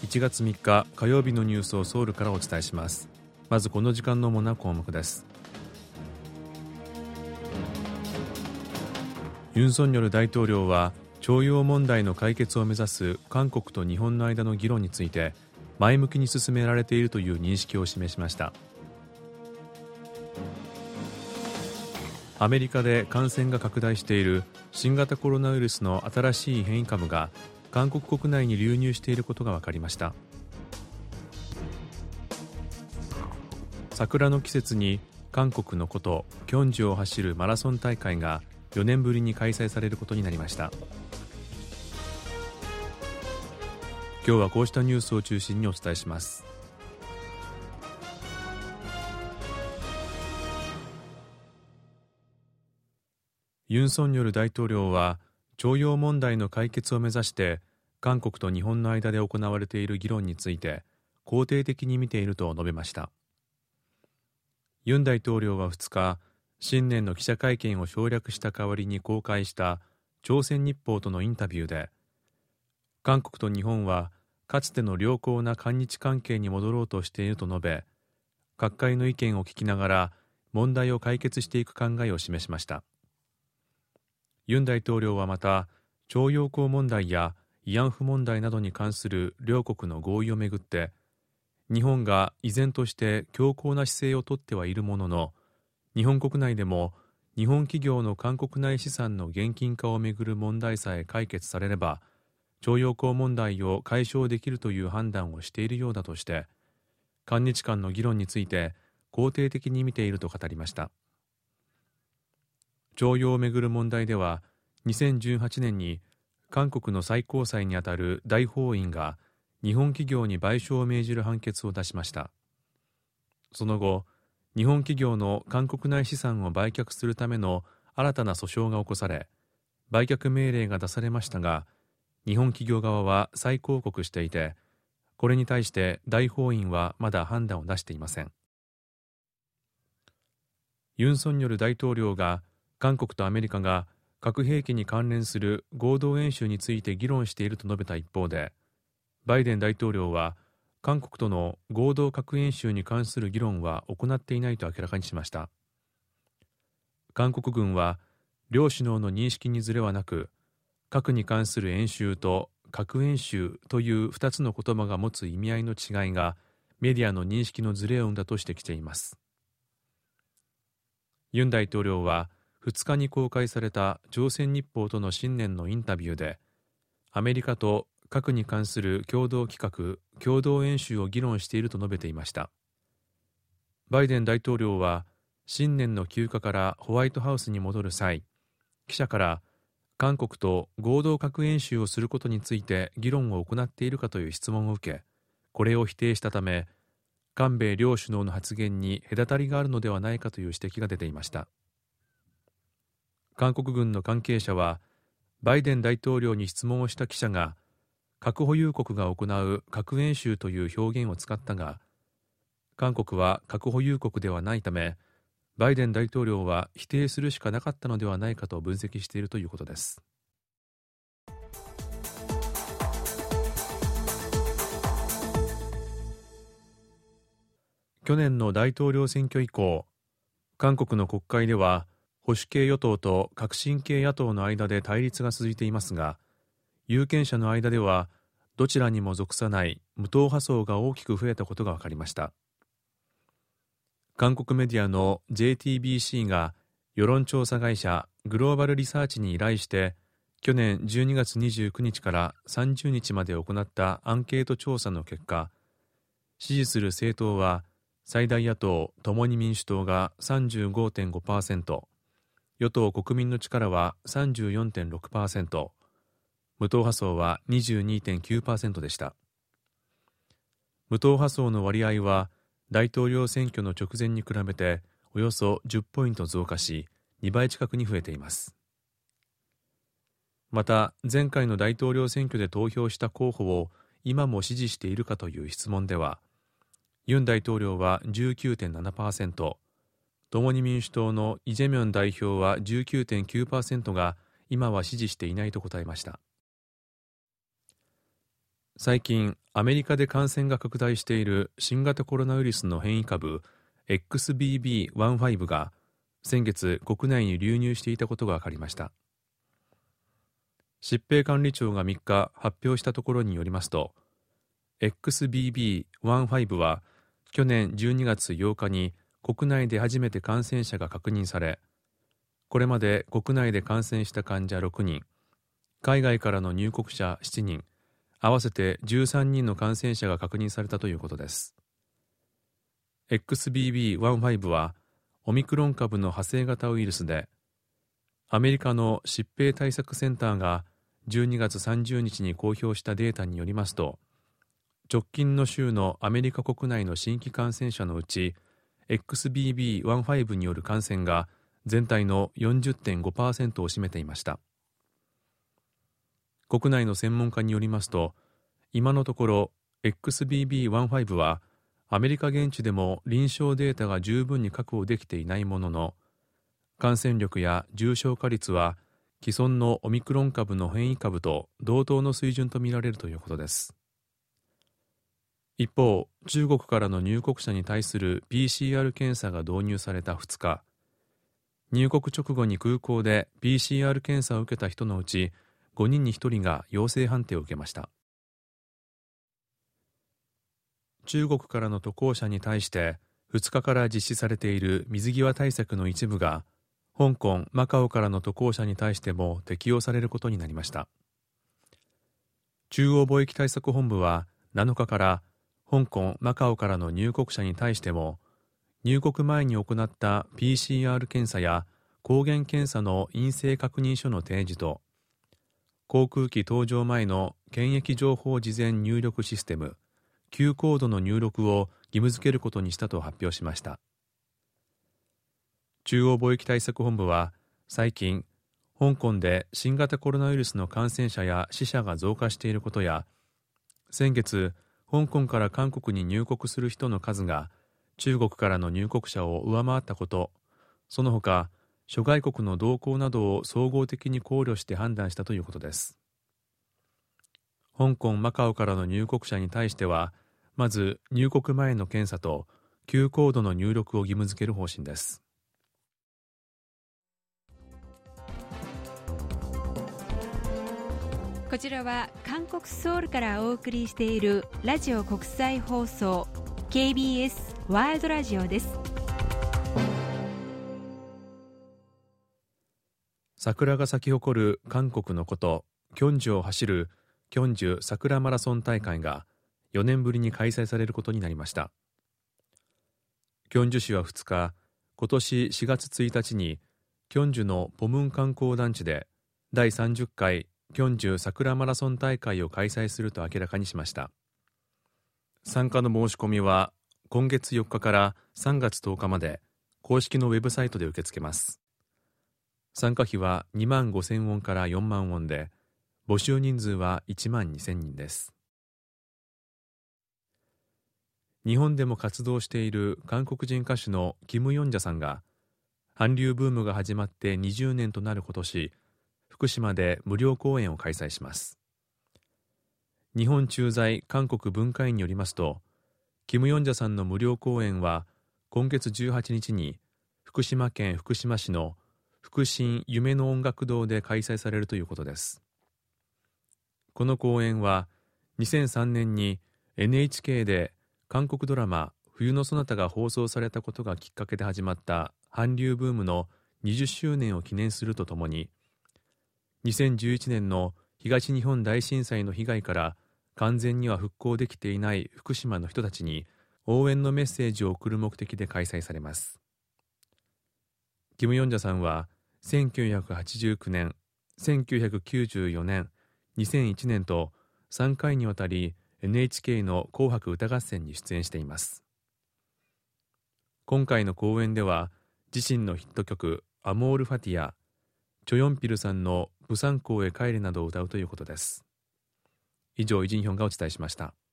1月3日火曜日のニュースをソウルからお伝えします。まずこの時間の主な項目です。ユン・ソンニョル大統領は徴用問題の解決を目指す韓国と日本の間の議論について前向きに進められているという認識を示しました。アメリカで感染が拡大している新型コロナウイルスの新しい変異株が韓国国内に流入していることが分かりました。桜の季節に韓国の古都キョンジュを走るマラソン大会が4年ぶりに開催されることになりました。今日はこうしたニュースを中心にお伝えします。ユン・ソンニョル大統領は徴用問題の解決を目指して韓国と日本の間で行われている議論について肯定的に見ていると述べました。ユン大統領は2日、新年の記者会見を省略した代わりに公開した朝鮮日報とのインタビューで、韓国と日本はかつての良好な韓日関係に戻ろうとしていると述べ、各界の意見を聞きながら問題を解決していく考えを示しました。ユン大統領はまた、徴用工問題や慰安婦問題などに関する両国の合意をめぐって、日本が依然として強硬な姿勢をとってはいるものの、日本国内でも日本企業の韓国内資産の現金化をめぐる問題さえ解決されれば、徴用工問題を解消できるという判断をしているようだとして、韓日間の議論について肯定的に見ていると語りました。徴用をめぐる問題では、2018年に韓国の最高裁にあたる大法院が日本企業に賠償を命じる判決を出しました。その後、日本企業の韓国内資産を売却するための新たな訴訟が起こされ、売却命令が出されましたが、日本企業側は再抗告していて、これに対して大法院はまだ判断を出していません。ユン・ソンニョル大統領が韓国とアメリカが核兵器に関連する合同演習について議論していると述べた一方で、バイデン大統領は韓国との合同核演習に関する議論は行っていないと明らかにしました。韓国軍は両首脳の認識にずれはなく、核に関する演習と核演習という2つの言葉が持つ意味合いの違いがメディアの認識のずれを生んだと指摘しています。ユン大統領は2日に公開された朝鮮日報との新年のインタビューで、アメリカと核に関する共同企画、共同演習を議論していると述べていました。バイデン大統領は新年の休暇からホワイトハウスに戻る際、記者から韓国と合同核演習をすることについて議論を行っているかという質問を受け、これを否定したため、韓米両首脳の発言に隔たりがあるのではないかという指摘が出ていました。韓国軍の関係者は、バイデン大統領に質問をした記者が、核保有国が行う核演習という表現を使ったが、韓国は核保有国ではないため、バイデン大統領は否定するしかなかったのではないかと分析しているということです。去年の大統領選挙以降、韓国の国会では保守系与党と革新系野党の間で対立が続いていますが、有権者の間ではどちらにも属さない無党派層が大きく増えたことが分かりました。韓国メディアの JTBC が世論調査会社グローバルリサーチに依頼して去年12月29日から30日まで行ったアンケート調査の結果、支持する政党は最大野党共に民主党が 35.5%、与党国民の力は 34.6%、無党派層は 22.9% でした。無党派層の割合は大統領選挙の直前に比べておよそ10ポイント増加し、2倍近くに増えています。また、前回の大統領選挙で投票した候補を今も支持しているかという質問では、ユン大統領は 19.7%、共に民主党のイ・ジェミョン代表は 19.9% が今は支持していないと答えました。 最近アメリカで感染が拡大している新型コロナウイルスの変異株 XBB.1.5 が先月国内に流入していたことが分かりました。疾病管理庁が3日発表したところによりますと、 XBB.1.5 は去年12月8日に国内で初めて感染者が確認され、これまで国内で感染した患者6人、海外からの入国者7人、合わせて13人の感染者が確認されたということです。 XBB.1.5 はオミクロン株の派生型ウイルスで、アメリカの疾病対策センターが12月30日に公表したデータによりますと、直近の週のアメリカ国内の新規感染者のうち XBB.1.5 による感染が全体の 40.5% を占めていました。国内の専門家によりますと、今のところ XBB.1.5 はアメリカ現地でも臨床データが十分に確保できていないものの、感染力や重症化率は既存のオミクロン株の変異株と同等の水準とみられるということです。一方、中国からの入国者に対する PCR 検査が導入された2日、入国直後に空港で PCR 検査を受けた人のうち5人に1人が陽性判定を受けました。中国からの渡航者に対して2日から実施されている水際対策の一部が、香港・マカオからの渡航者に対しても適用されることになりました。中央貿易対策本部は7日から香港・マカオからの入国者に対しても、入国前に行った PCR 検査や抗原検査の陰性確認書の提示と、航空機搭乗前の検疫情報事前入力システム Q コードの入力を義務付けることにしたと発表しました。中央貿易対策本部は最近、香港で新型コロナウイルスの感染者や死者が増加していることや、先月香港から韓国に入国する人の数が中国からの入国者を上回ったこと、その他諸外国の動向などを総合的に考慮して判断したということです。香港・マカオからの入国者に対しては、まず入国前の検査と Q コードの入力を義務付ける方針です。 こちらは韓国ソウルからお送りしているラジオ国際放送 KBS ワールドラジオです。 桜が咲き誇る韓国の古都キョンジュを走るキョンジュ桜マラソン大会が4年ぶりに開催されることになりました。キョンジュ市は2日、今年4月1日にキョンジュのポムン観光団地で第30回キョンジュ桜マラソン大会を開催すると明らかにしました。参加の申し込みは今月4日から3月10日まで公式のウェブサイトで受け付けます。参加費は2万5000ウォンから4万ウォンで、募集人数は1万2000人です。日本でも活動している韓国人歌手のキム・ヨンジャさんが、韓流ブームが始まって20年となる今年、福島で無料公演を開催します。日本駐在韓国文化院によりますと、キム・ヨンジャさんの無料公演は今月18日に福島県福島市の福新夢の音楽堂で開催されるということです。この公演は2003年に NHK で韓国ドラマ冬のソナタが放送されたことがきっかけで始まった韓流ブームの20周年を記念するとともに、2011年の東日本大震災の被害から完全には復興できていない福島の人たちに応援のメッセージを送る目的で開催されます。キム・ヨンジャさんは1989年、1994年、2001年と3回にわたり NHK の紅白歌合戦に出演しています。今回の公演では自身のヒット曲アモール・ファティア、チョヨンピルさんの釜山港へ帰れなどを歌うということです。以上、イジンヒョンがお伝えしました。